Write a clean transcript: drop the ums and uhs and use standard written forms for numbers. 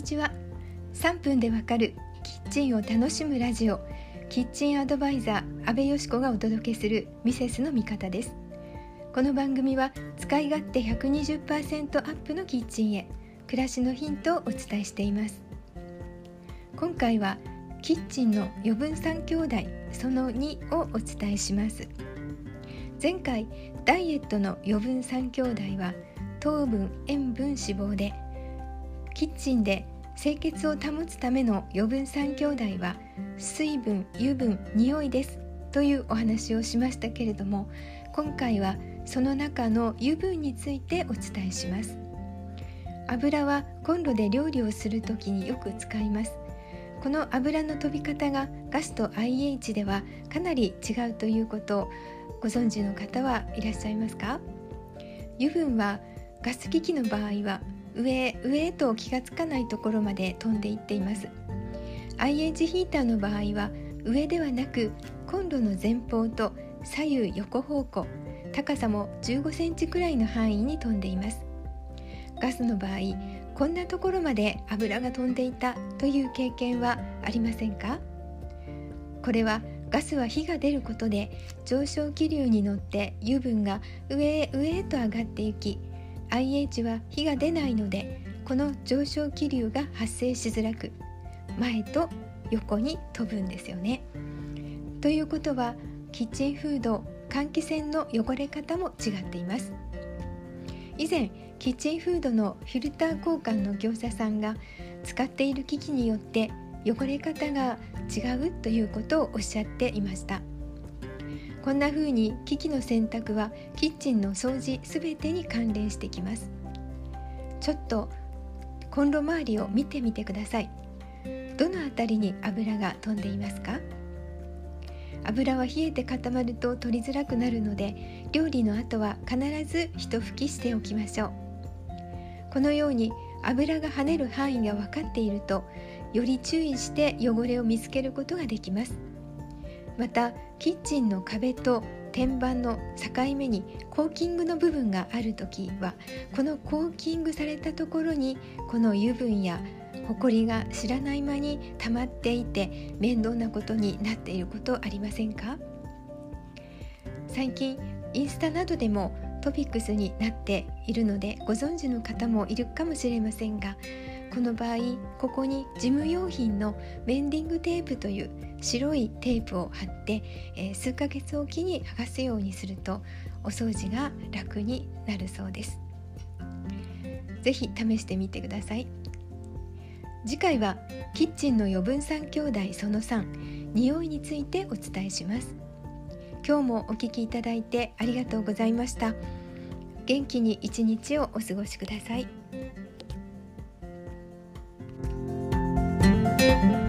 ちは。3分でわかるキッチンを楽しむラジオ、キッチンアドバイザー安部よし子がお届けするミセスの味方です。この番組は使い勝手 120% アップのキッチンへ、暮らしのヒントをお伝えしています。今回はキッチンの余分3兄弟その2をお伝えします。前回ダイエットの余分3兄弟は糖分、塩分、脂肪で、キッチンで清潔を保つための余分3兄弟は水分、油分、匂いですというお話をしましたけれども、今回はその中の油分についてお伝えします。油はコンロで料理をするときによく使います。この油の飛び方がガスと IH ではかなり違うということをご存知の方はいらっしゃいますか？油分はガス機器の場合は上へと気がつかないところまで飛んでいっています。 IH ヒーターの場合は上ではなくコンロの前方と左右横方向、高さも15センチくらいの範囲に飛んでいます。ガスの場合、こんなところまで油が飛んでいたという経験はありませんか？これはガスは火が出ることで上昇気流に乗って油分が上へと上がっていき、 IH は火が出ないのでこの上昇気流が発生しづらく、前と横に飛ぶんですよね。ということはキッチンフード、換気扇の汚れ方も違っています。以前キッチンフードのフィルター交換の業者さんが使っている機器によって汚れ方が違うということをおっしゃっていました。こんな風に機器の選択はキッチンの掃除すべてに関連してきます。ちょっとコンロ周りを見てみてください。どのあたりに油が飛んでいますか？油は冷えて固まると取りづらくなるので、料理の後は必ず一拭きしておきましょう。このように油が跳ねる範囲が分かっていると、より注意して汚れを見つけることができます。またキッチンの壁と天板の境目にコーキングの部分があるときは、このコーキングされたところにこの油分やホコリが知らない間に溜まっていて面倒なことになっていることありませんか？最近インスタなどでもトピックスになっているのでご存知の方もいるかもしれませんが、この場合ここに事務用品のメンディングテープという白いテープを貼って、数ヶ月おきに剥がすようにするとお掃除が楽になるそうです。ぜひ試してみてください。次回はキッチンの余分3兄弟その3、匂いについてお伝えします。今日もお聞きいただいてありがとうございました。元気に一日をお過ごしください。